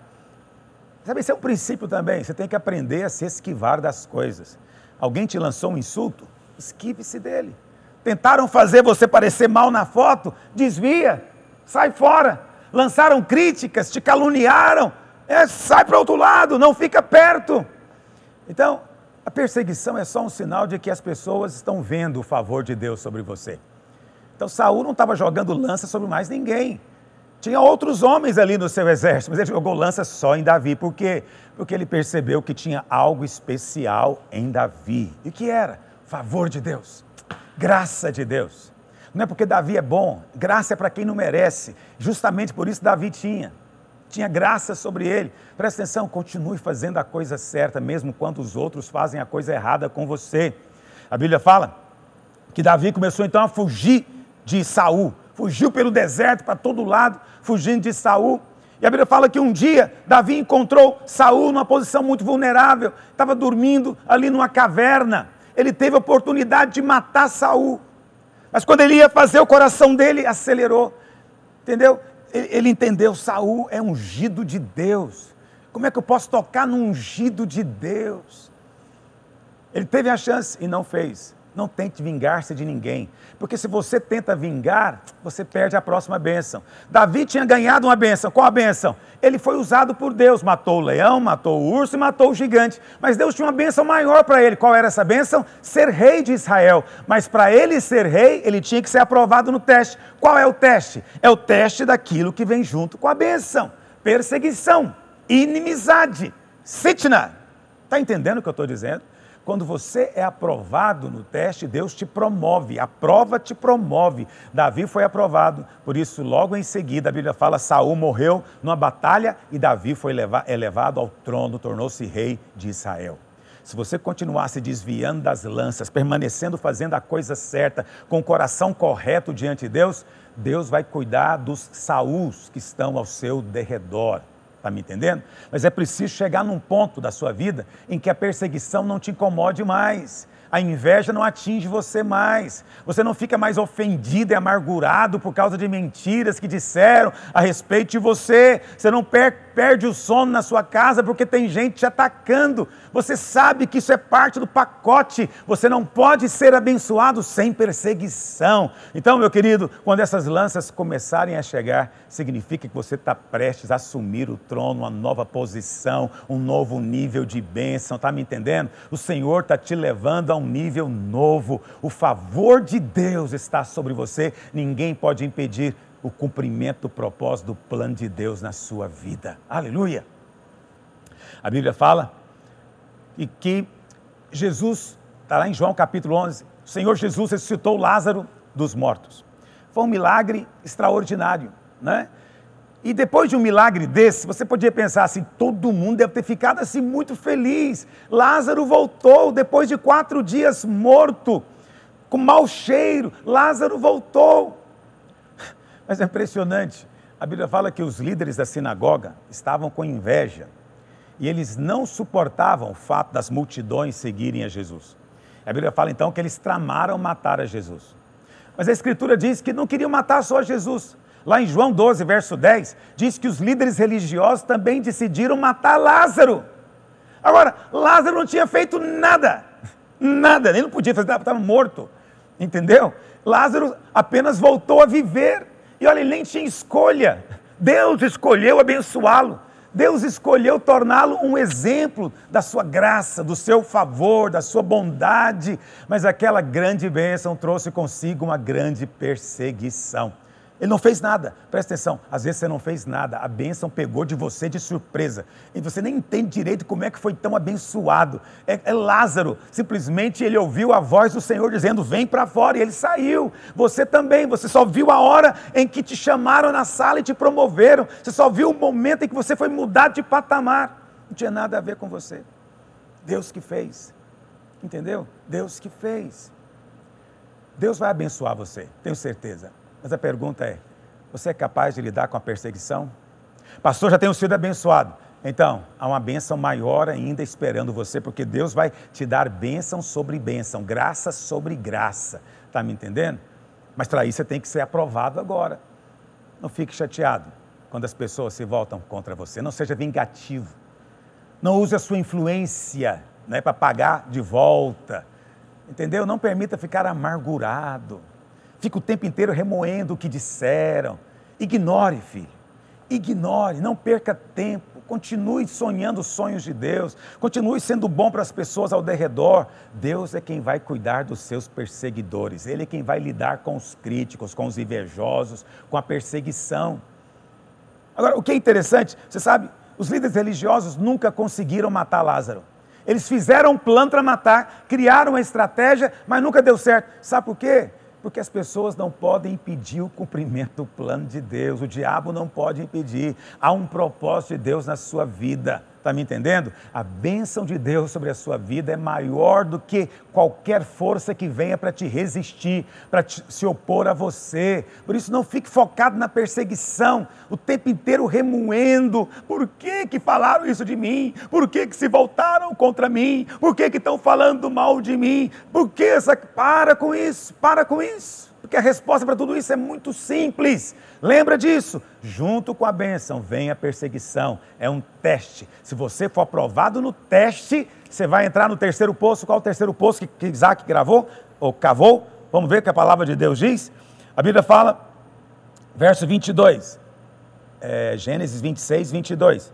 Sabe, esse é um princípio também, você tem que aprender a se esquivar das coisas. Alguém te lançou um insulto? Esquive-se dele. Tentaram fazer você parecer mal na foto? Desvia, sai fora. Lançaram críticas, te caluniaram, sai para o outro lado, não fica perto. Então, a perseguição é só um sinal de que as pessoas estão vendo o favor de Deus sobre você. Então, Saul não estava jogando lança sobre mais ninguém. Tinha outros homens ali no seu exército, mas ele jogou lança só em Davi. Por quê? Porque ele percebeu que tinha algo especial em Davi. E que era? Favor de Deus. Graça de Deus. Não é porque Davi é bom, graça é para quem não merece. Justamente por isso Davi tinha graça sobre ele. Presta atenção, continue fazendo a coisa certa, mesmo quando os outros fazem a coisa errada com você. A Bíblia fala que Davi começou então a fugir de Saul. Fugiu pelo deserto para todo lado, fugindo de Saul. E a Bíblia fala que um dia Davi encontrou Saul numa posição muito vulnerável. Estava dormindo ali numa caverna. Ele teve a oportunidade de matar Saul. Mas quando ele ia fazer, o coração dele acelerou. Entendeu? Ele entendeu, Saul é ungido de Deus. Como é que eu posso tocar no ungido de Deus? Ele teve a chance e não fez. Não tente vingar-se de ninguém. Porque se você tenta vingar, você perde a próxima bênção. Davi tinha ganhado uma bênção. Qual a bênção? Ele foi usado por Deus. Matou o leão, matou o urso e matou o gigante. Mas Deus tinha uma bênção maior para ele. Qual era essa bênção? Ser rei de Israel. Mas para ele ser rei, ele tinha que ser aprovado no teste. Qual é o teste? É o teste daquilo que vem junto com a bênção. Perseguição, inimizade, sitna. Está entendendo o que eu estou dizendo? Quando você é aprovado no teste, Deus te promove, a prova te promove. Davi foi aprovado, por isso logo em seguida a Bíblia fala, Saul morreu numa batalha e Davi foi elevado ao trono, tornou-se rei de Israel. Se você continuar se desviando das lanças, permanecendo fazendo a coisa certa, com o coração correto diante de Deus, Deus vai cuidar dos Sauls que estão ao seu derredor. Está me entendendo? Mas é preciso chegar num ponto da sua vida em que a perseguição não te incomode mais. A inveja não atinge você mais. Você não fica mais ofendido e amargurado por causa de mentiras que disseram a respeito de você. Você não perde o sono na sua casa porque tem gente te atacando. Você sabe que isso é parte do pacote. Você não pode ser abençoado sem perseguição. Então, meu querido, quando essas lanças começarem a chegar, significa que você está prestes a assumir o trono, uma nova posição, um novo nível de bênção. Está me entendendo? O Senhor está te levando a um nível novo. O favor de Deus está sobre você. Ninguém pode impedir o cumprimento do propósito do plano de Deus na sua vida. Aleluia! A Bíblia fala que Jesus, está lá em João capítulo 11, o Senhor Jesus ressuscitou Lázaro dos mortos. Foi um milagre extraordinário, né? E depois de um milagre desse, você podia pensar assim, todo mundo deve ter ficado assim muito feliz. Lázaro voltou depois de 4 dias morto, com mau cheiro. Lázaro voltou. Mas é impressionante. A Bíblia fala que os líderes da sinagoga estavam com inveja. E eles não suportavam o fato das multidões seguirem a Jesus. A Bíblia fala então que eles tramaram matar a Jesus. Mas a Escritura diz que não queriam matar só Jesus. Lá em João 12, verso 10, diz que os líderes religiosos também decidiram matar Lázaro. Agora, Lázaro não tinha feito nada. Nada, ele não podia fazer, estava morto. Entendeu? Lázaro apenas voltou a viver. E olha, ele nem tinha escolha. Deus escolheu abençoá-lo. Deus escolheu torná-lo um exemplo da sua graça, do seu favor, da sua bondade. Mas aquela grande bênção trouxe consigo uma grande perseguição. Ele não fez nada, presta atenção, às vezes você não fez nada, a bênção pegou de você de surpresa, e você nem entende direito como é que foi tão abençoado. É Lázaro, simplesmente ele ouviu a voz do Senhor dizendo, vem para fora, e ele saiu. Você também, você só viu a hora em que te chamaram na sala e te promoveram, você só viu o momento em que você foi mudado de patamar, não tinha nada a ver com você. Deus que fez, entendeu? Deus que fez. Deus vai abençoar você, tenho certeza. Mas a pergunta é, você é capaz de lidar com a perseguição? Pastor, já tenho sido abençoado. Então, há uma bênção maior ainda esperando você, porque Deus vai te dar bênção sobre bênção, graça sobre graça. Está me entendendo? Mas para isso você tem que ser aprovado agora. Não fique chateado quando as pessoas se voltam contra você. Não seja vingativo. Não use a sua influência, né, para pagar de volta. Entendeu? Não permita ficar amargurado. Fica o tempo inteiro remoendo o que disseram. Ignore, filho. Ignore, não perca tempo. Continue sonhando os sonhos de Deus. Continue sendo bom para as pessoas ao redor. Deus é quem vai cuidar dos seus perseguidores. Ele é quem vai lidar com os críticos, com os invejosos, com a perseguição. Agora, o que é interessante, você sabe, os líderes religiosos nunca conseguiram matar Lázaro. Eles fizeram um plano para matar, criaram uma estratégia, mas nunca deu certo. Sabe por quê? Porque as pessoas não podem impedir o cumprimento do plano de Deus. O diabo não pode impedir. Há um propósito de Deus na sua vida. Está me entendendo? A bênção de Deus sobre a sua vida é maior do que qualquer força que venha para te resistir, para se opor a você. Por isso não fique focado na perseguição, o tempo inteiro remoendo. Por que que falaram isso de mim? Por que que se voltaram contra mim? Por que que estão falando mal de mim? Por que essa... Para com isso, para com isso. Porque a resposta para tudo isso é muito simples. Lembra disso? Junto com a bênção vem a perseguição. É um teste. Se você for aprovado no teste, você vai entrar no terceiro poço. Qual é o terceiro poço que Isaac gravou? Ou cavou? Vamos ver o que a palavra de Deus diz? A Bíblia fala, verso 22. Gênesis 26, 22.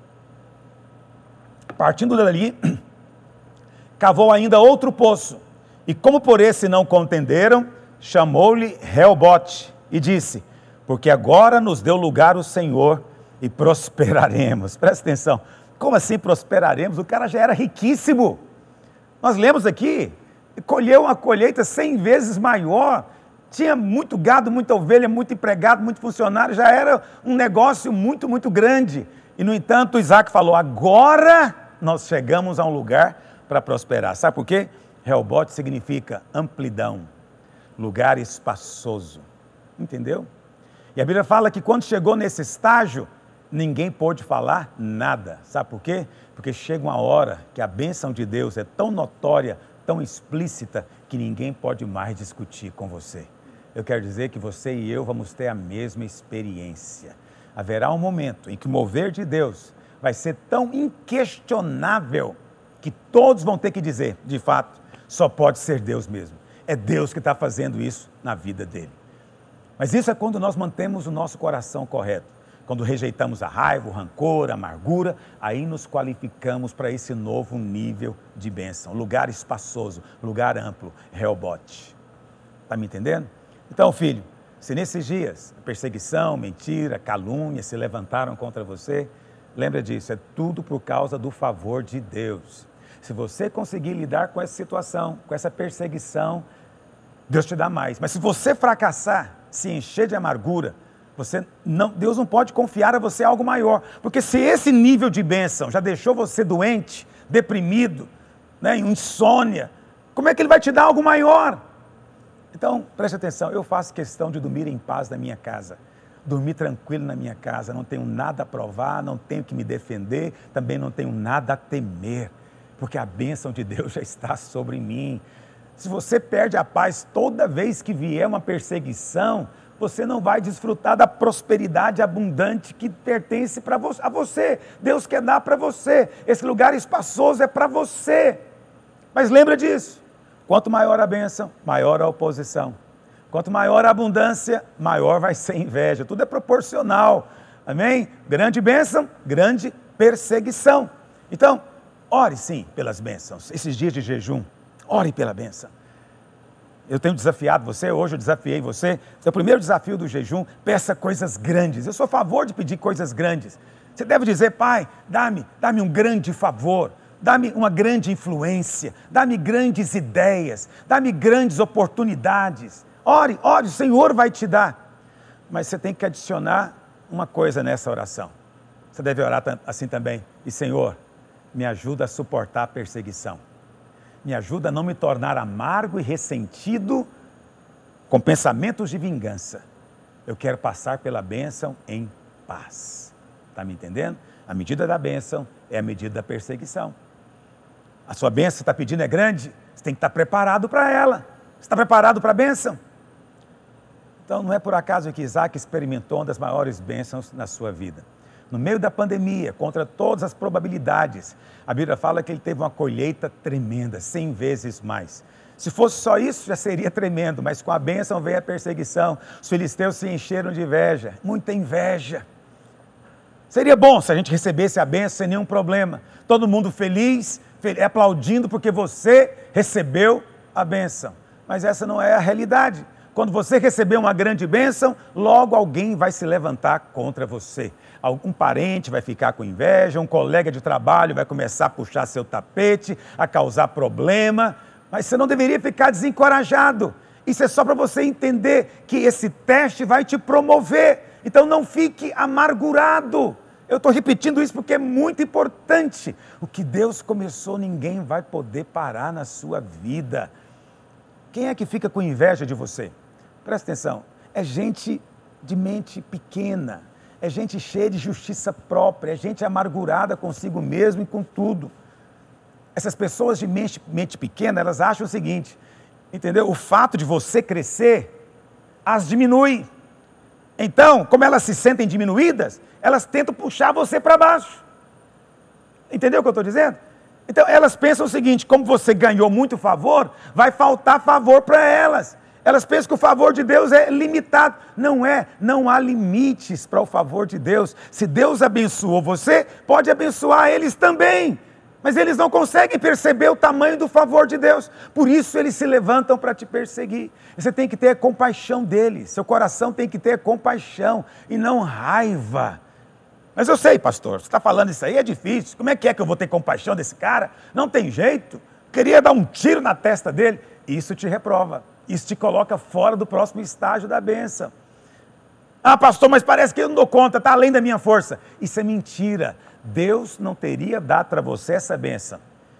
Partindo dali, cavou ainda outro poço. E como por esse não contenderam, chamou-lhe Reobote e disse, porque agora nos deu lugar o Senhor e prosperaremos. Presta atenção, como assim prosperaremos? O cara já era riquíssimo. Nós lemos aqui, colheu uma colheita 100 vezes maior, tinha muito gado, muita ovelha, muito empregado, muito funcionário, já era um negócio muito, muito grande. E no entanto Isaac falou, agora nós chegamos a um lugar para prosperar. Sabe por quê? Reobote significa amplidão, lugar espaçoso, entendeu? E a Bíblia fala que quando chegou nesse estágio, ninguém pôde falar nada, sabe por quê? Porque chega uma hora que a bênção de Deus é tão notória, tão explícita, que ninguém pode mais discutir com você. Eu quero dizer que você e eu vamos ter a mesma experiência. Haverá um momento em que o mover de Deus vai ser tão inquestionável, que todos vão ter que dizer, de fato, só pode ser Deus mesmo. É Deus que está fazendo isso na vida dele. Mas isso é quando nós mantemos o nosso coração correto. Quando rejeitamos a raiva, o rancor, a amargura, aí nos qualificamos para esse novo nível de bênção. Lugar espaçoso, lugar amplo, Reobote. Está me entendendo? Então, filho, se nesses dias a perseguição, mentira, calúnia se levantaram contra você, lembra disso, é tudo por causa do favor de Deus. Se você conseguir lidar com essa situação, com essa perseguição, Deus te dá mais. Mas se você fracassar, se encher de amargura, Deus não pode confiar a você algo maior. Porque se esse nível de bênção já deixou você doente, deprimido, né, insônia, como é que Ele vai te dar algo maior? Então, preste atenção, eu faço questão de dormir em paz na minha casa. Dormir tranquilo na minha casa, não tenho nada a provar, não tenho que me defender, também não tenho nada a temer, porque a bênção de Deus já está sobre mim. Se você perde a paz toda vez que vier uma perseguição, você não vai desfrutar da prosperidade abundante que pertence a você. Deus quer dar para você. Esse lugar espaçoso é para você. Mas lembra disso. Quanto maior a bênção, maior a oposição. Quanto maior a abundância, maior vai ser a inveja. Tudo é proporcional. Amém? Grande bênção, grande perseguição. Então, ore sim pelas bênçãos. Esses dias de jejum, ore pela bênção. Eu tenho desafiado você, hoje eu desafiei você. Seu primeiro desafio do jejum, peça coisas grandes. Eu sou a favor de pedir coisas grandes. Você deve dizer, Pai, dá-me um grande favor, dá-me uma grande influência, dá-me grandes ideias, dá-me grandes oportunidades. Ore, o Senhor vai te dar. Mas você tem que adicionar uma coisa nessa oração. Você deve orar assim também. E Senhor, me ajuda a suportar a perseguição. Me ajuda a não me tornar amargo e ressentido com pensamentos de vingança. Eu quero passar pela bênção em paz. Está me entendendo? A medida da bênção é a medida da perseguição. A sua bênção que você está pedindo é grande, você tem que estar preparado para ela. Você está preparado para a bênção? Então não é por acaso que Isaac experimentou uma das maiores bênçãos na sua vida. No meio da pandemia, contra todas as probabilidades, a Bíblia fala que ele teve uma colheita tremenda, 100 vezes mais. Se fosse só isso, já seria tremendo, mas com a bênção veio a perseguição. Os filisteus se encheram de inveja, muita inveja. Seria bom se a gente recebesse a bênção sem nenhum problema. Todo mundo feliz, aplaudindo porque você recebeu a bênção. Mas essa não é a realidade. Quando você receber uma grande bênção, logo alguém vai se levantar contra você. Algum parente vai ficar com inveja, um colega de trabalho vai começar a puxar seu tapete, a causar problema. Mas você não deveria ficar desencorajado. Isso é só para você entender que esse teste vai te promover. Então não fique amargurado. Eu estou repetindo isso porque é muito importante. O que Deus começou, ninguém vai poder parar na sua vida. Quem é que fica com inveja de você? Presta atenção, é gente de mente pequena, é gente cheia de justiça própria, é gente amargurada consigo mesmo e com tudo. Essas pessoas de mente pequena, elas acham o seguinte, entendeu? O fato de você crescer, as diminui. Então, como elas se sentem diminuídas, elas tentam puxar você para baixo. Entendeu o que eu estou dizendo? Então, elas pensam o seguinte, como você ganhou muito favor, vai faltar favor para elas. Elas pensam que o favor de Deus é limitado. Não é, não há limites para o favor de Deus. Se Deus abençoou você, pode abençoar eles também. Mas eles não conseguem perceber o tamanho do favor de Deus. Por isso eles se levantam para te perseguir. Você tem que ter compaixão deles. Seu coração tem que ter compaixão e não raiva. Mas eu sei, pastor, você está falando isso aí, é difícil. Como é que eu vou ter compaixão desse cara? Não tem jeito. Queria dar um tiro na testa dele. Isso te reprova. Isso te coloca fora do próximo estágio da bênção. Ah, pastor, mas parece que eu não dou conta, está além da minha força. Isso é mentira. Deus não teria dado para você essa bênção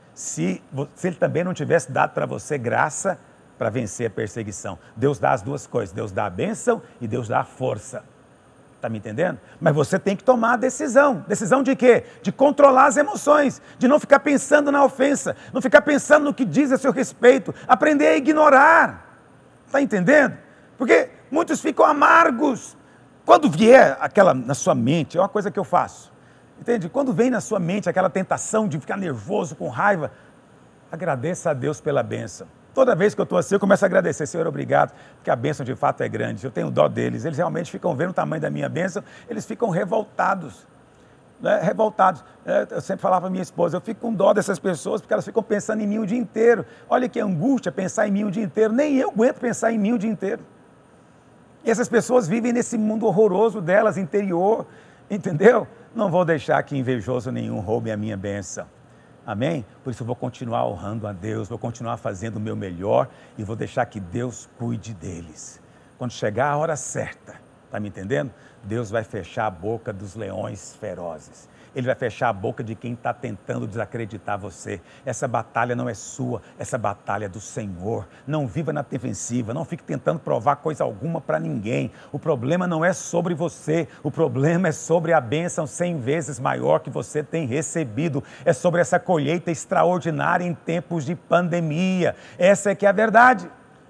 se Ele também não tivesse dado para você graça para vencer a perseguição. Deus dá as duas coisas. Deus dá a bênção e Deus dá a força. Está me entendendo? Mas você tem que tomar a decisão. Decisão de quê? De controlar as emoções, de não ficar pensando na ofensa, não ficar pensando no que diz a seu respeito, aprender a ignorar. Está entendendo? Porque muitos ficam amargos. Quando vier aquela na sua mente, é uma coisa que eu faço. Entende? Quando vem na sua mente aquela tentação de ficar nervoso, com raiva, agradeça a Deus pela bênção. Toda vez que eu estou assim, eu começo a agradecer, Senhor, obrigado, porque a bênção de fato é grande, eu tenho dó deles, eles realmente ficam vendo o tamanho da minha bênção, eles ficam revoltados, né? Revoltados. Eu sempre falava para minha esposa, eu fico com dó dessas pessoas, porque elas ficam pensando em mim o dia inteiro. Olha que angústia pensar em mim o dia inteiro, nem eu aguento pensar em mim o dia inteiro. E essas pessoas vivem nesse mundo horroroso delas, interior, entendeu? Não vou deixar que invejoso nenhum roube a minha bênção. Amém? Por isso eu vou continuar honrando a Deus, vou continuar fazendo o meu melhor e vou deixar que Deus cuide deles. Quando chegar a hora certa, está me entendendo? Deus vai fechar a boca dos leões ferozes. Ele vai fechar a boca de quem está tentando desacreditar você. Essa batalha não é sua, essa batalha é do Senhor. Não viva na defensiva, não fique tentando provar coisa alguma para ninguém. O problema não é sobre você, o problema é sobre a bênção 100 vezes maior que você tem recebido. É sobre essa colheita extraordinária em tempos de pandemia. Essa é que é a verdade.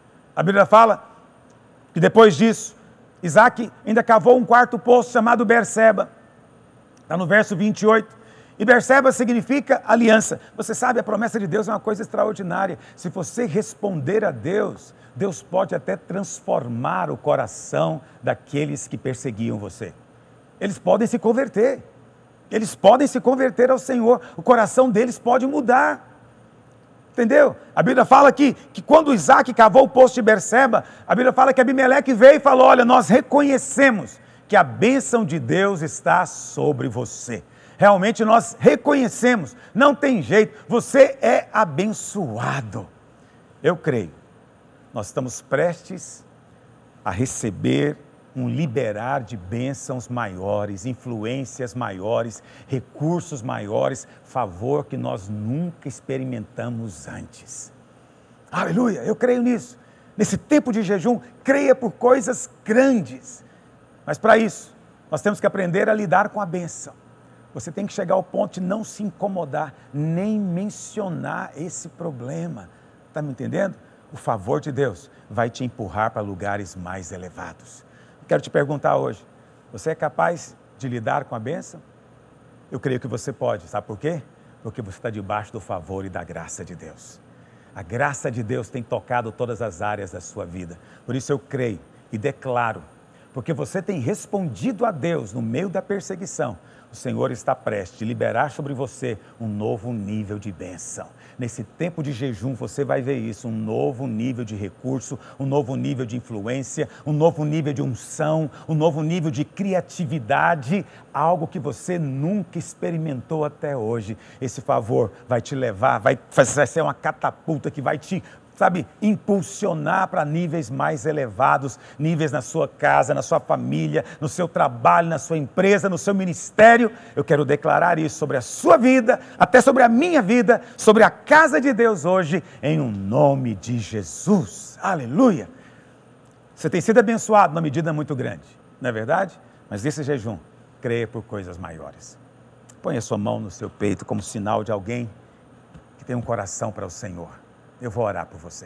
A Bíblia fala que depois disso, Isaac ainda cavou um quarto poço chamado Berseba. Está no verso 28. E Berseba significa aliança. Você sabe, a promessa de Deus é uma coisa extraordinária. Se você responder a Deus, Deus pode até transformar o coração daqueles que perseguiam você. Eles podem se converter. Eles podem se converter ao Senhor. O coração deles pode mudar. Entendeu? A Bíblia fala que quando Isaac cavou o poço de Berseba, a Bíblia fala que Abimeleque veio e falou: olha, nós reconhecemos que a bênção de Deus está sobre você. Realmente nós reconhecemos, não tem jeito, você é abençoado. Eu creio, nós estamos prestes a receber um liberar de bênçãos maiores, influências maiores, recursos maiores, favor que nós nunca experimentamos antes. Aleluia, eu creio nisso. Nesse tempo de jejum, creia por coisas grandes. Mas para isso, nós temos que aprender a lidar com a bênção. Você tem que chegar ao ponto de não se incomodar, nem mencionar esse problema. Está me entendendo? O favor de Deus vai te empurrar para lugares mais elevados. Quero te perguntar hoje, você é capaz de lidar com a bênção? Eu creio que você pode, sabe por quê? Porque você está debaixo do favor e da graça de Deus. A graça de Deus tem tocado todas as áreas da sua vida. Por isso eu creio e declaro, porque você tem respondido a Deus no meio da perseguição, o Senhor está prestes a liberar sobre você um novo nível de bênção. Nesse tempo de jejum você vai ver isso, um novo nível de recurso, um novo nível de influência, um novo nível de unção, um novo nível de criatividade, algo que você nunca experimentou até hoje. Esse favor vai te levar, vai ser uma catapulta que vai te impulsionar para níveis mais elevados, níveis na sua casa, na sua família, no seu trabalho, na sua empresa, no seu ministério. Eu quero declarar isso sobre a sua vida, até sobre a minha vida, sobre a casa de Deus hoje, em um nome de Jesus. Aleluia! Você tem sido abençoado numa medida muito grande, não é verdade? Mas esse jejum, creia por coisas maiores. Põe a sua mão no seu peito como sinal de alguém que tem um coração para o Senhor. Eu vou orar por você.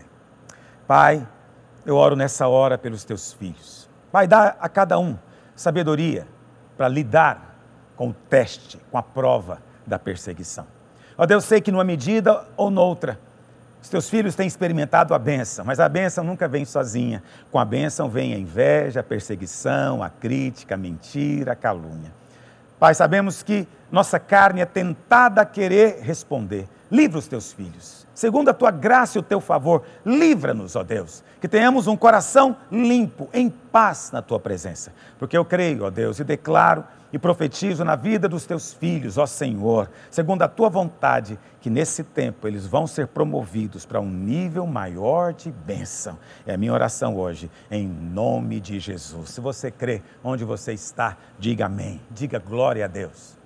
Pai, eu oro nessa hora pelos teus filhos. Pai, dá a cada um sabedoria para lidar com o teste, com a prova da perseguição. Ó Deus, sei que numa medida ou noutra, os teus filhos têm experimentado a bênção, mas a bênção nunca vem sozinha. Com a bênção vem a inveja, a perseguição, a crítica, a mentira, a calúnia. Pai, sabemos que nossa carne é tentada a querer responder. Livra os teus filhos. Segundo a tua graça e o teu favor, livra-nos, ó Deus, que tenhamos um coração limpo, em paz na tua presença. Porque eu creio, ó Deus, e declaro e profetizo na vida dos teus filhos, ó Senhor, segundo a tua vontade, que nesse tempo eles vão ser promovidos para um nível maior de bênção. É a minha oração hoje, em nome de Jesus. Se você crê onde você está, diga amém, diga glória a Deus.